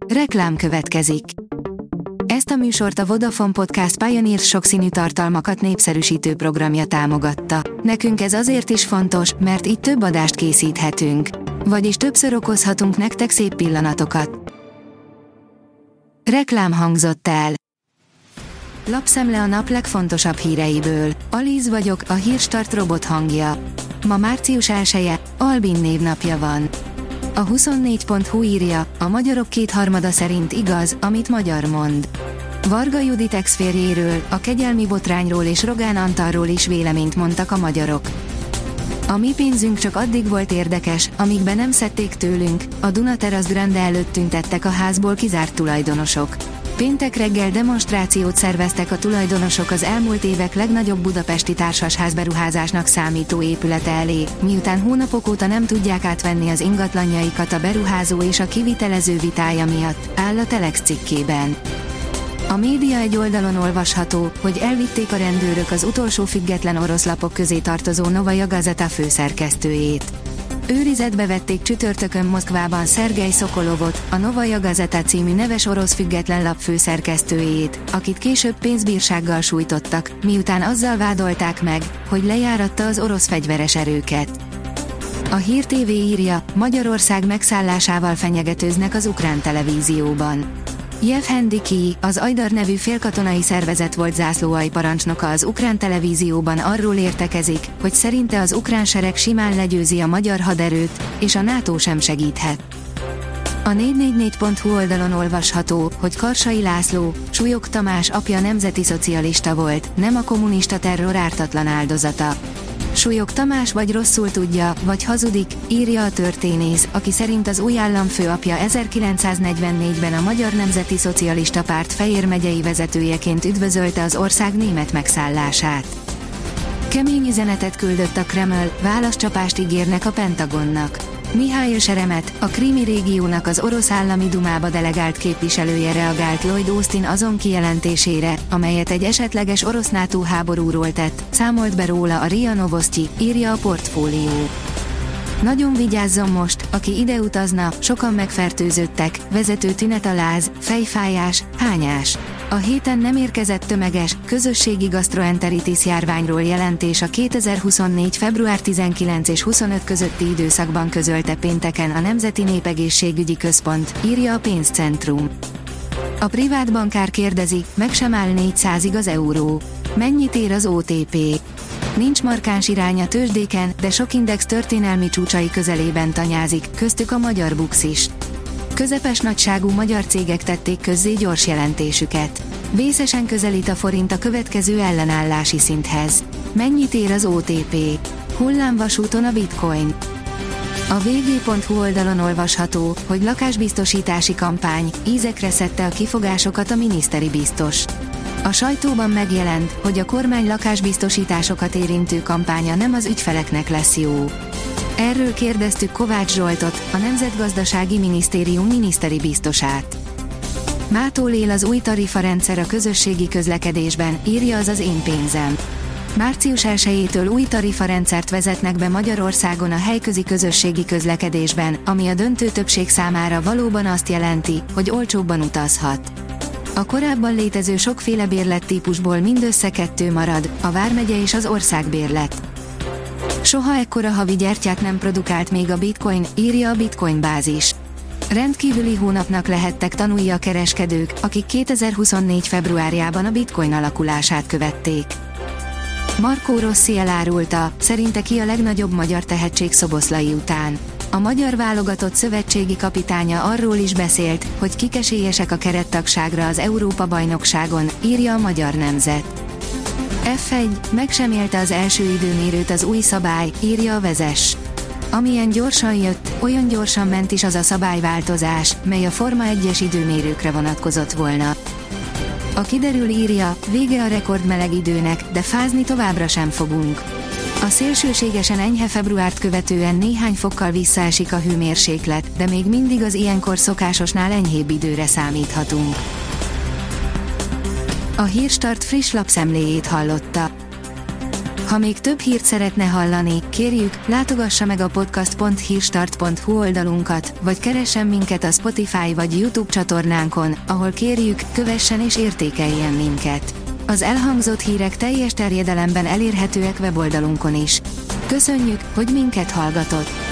Reklám következik. Ezt a műsort a Vodafone Podcast Pioneer sokszínű tartalmakat népszerűsítő programja támogatta. Nekünk ez azért is fontos, mert így több adást készíthetünk. Vagyis többször okozhatunk nektek szép pillanatokat. Reklám hangzott el. Lapszemle a nap legfontosabb híreiből. Alíz vagyok, a Hírstart robot hangja. Ma március 1-e, Albin névnapja van. A 24.hu írja, a magyarok kétharmada szerint igaz, amit magyar mond. Varga Judit ex-férjéről, a kegyelmi botrányról és Rogán Antalról is véleményt mondtak a magyarok. A mi pénzünk csak addig volt érdekes, amíg be nem szedték tőlünk, a Duna Terrasz Grande előtt tüntettek a házból kizárt tulajdonosok. Péntek reggel demonstrációt szerveztek a tulajdonosok az elmúlt évek legnagyobb budapesti társasházberuházásnak számító épülete elé, miután hónapok óta nem tudják átvenni az ingatlanjaikat a beruházó és a kivitelező vitája miatt, áll a Telex cikkében. A média egy oldalon olvasható, hogy elvitték a rendőrök az utolsó független orosz lapok közé tartozó Novaja Gazeta főszerkesztőjét. Őrizetbe vették csütörtökön Moszkvában Szergej Szokolovot, a Novaja Gazeta című neves orosz független lap főszerkesztőjét, akit később pénzbírsággal sújtottak, miután azzal vádolták meg, hogy lejáratta az orosz fegyveres erőket. A Hír TV írja, Magyarország megszállásával fenyegetőznek az ukrán televízióban. Jevhen Kij, az Ajdar nevű félkatonai szervezet volt zászlóalj-parancsnoka az ukrán televízióban arról értekezik, hogy szerinte az ukrán sereg simán legyőzi a magyar haderőt, és a NATO sem segíthet. A 444.hu oldalon olvasható, hogy Karsai László, Súlyog Tamás apja nemzeti szocialista volt, nem a kommunista terror ártatlan áldozata. Súlyog Tamás vagy rosszul tudja, vagy hazudik, írja a történész, aki szerint az új államfő apja 1944-ben a Magyar Nemzeti Szocialista Párt Fejér megyei vezetőjeként üdvözölte az ország német megszállását. Kemény üzenetet küldött a Kreml, válaszcsapást ígérnek a Pentagonnak. Mihály Seremet, a krími régiónak az orosz állami dumába delegált képviselője reagált Lloyd Austin azon kijelentésére, amelyet egy esetleges orosz NATO háborúról tett, számolt be róla a RIA Novosti, írja a Portfólió. Nagyon vigyázzon most, aki ide utazna, sokan megfertőzöttek, vezető tünet a láz, fejfájás, hányás. A héten nem érkezett tömeges, közösségi gasztroenteritis járványról jelentés a 2024. február 19 és 25 közötti időszakban közölte pénteken a Nemzeti Népegészségügyi Központ, írja a Pénzcentrum. A privát bankár kérdezi, meg sem áll 400-ig az euró. Mennyit ér az OTP? Nincs markáns irány a tőzsdéken, de sok index történelmi csúcsai közelében tanyázik, köztük a magyar BUX is. Közepes nagyságú magyar cégek tették közzé gyors jelentésüket. Vészesen közelít a forint a következő ellenállási szinthez. Mennyit ér az OTP? Hullámvasúton a bitcoin. A vg.hu oldalon olvasható, hogy lakásbiztosítási kampány, ízekre szedte a kifogásokat a miniszteri biztos. A sajtóban megjelent, hogy a kormány lakásbiztosításokat érintő kampánya nem az ügyfeleknek lesz jó. Erről kérdeztük Kovács Zsoltot, a Nemzetgazdasági Minisztérium miniszteri biztosát. Mától él az új tarifarendszer a közösségi közlekedésben, írja az Én pénzem. Március 1-től új tarifarendszert vezetnek be Magyarországon a helyközi közösségi közlekedésben, ami a döntő többség számára valóban azt jelenti, hogy olcsóbban utazhat. A korábban létező sokféle bérlettípusból mindössze 2 marad, a vármegye és az országbérlet. Soha ekkora havi gyertyát nem produkált még a Bitcoin, írja a Bitcoin bázis. Rendkívüli hónapnak lehettek tanulni a kereskedők, akik 2024. februárjában a Bitcoin alakulását követték. Marco Rossi elárulta, szerinte ki a legnagyobb magyar tehetség Szoboszlai után. A magyar válogatott szövetségi kapitánya arról is beszélt, hogy kik esélyesek a kerettagságra az Európa-bajnokságon, írja a Magyar Nemzet. F1, meg sem élte az első időmérőt az új szabály, írja a Vezess. Amilyen gyorsan jött, olyan gyorsan ment is az a szabályváltozás, mely a Forma 1-es időmérőkre vonatkozott volna. A kiderül írja, vége a rekordmeleg időnek, de fázni továbbra sem fogunk. A szélsőségesen enyhe februárt követően néhány fokkal visszaesik a hőmérséklet, de még mindig az ilyenkor szokásosnál enyhébb időre számíthatunk. A Hírstart friss lapszemléjét hallotta. Ha még több hírt szeretne hallani, kérjük, látogassa meg a podcast.hírstart.hu oldalunkat, vagy keressen minket a Spotify vagy YouTube csatornánkon, ahol kérjük, kövessen és értékeljen minket. Az elhangzott hírek teljes terjedelemben elérhetőek weboldalunkon is. Köszönjük, hogy minket hallgatott!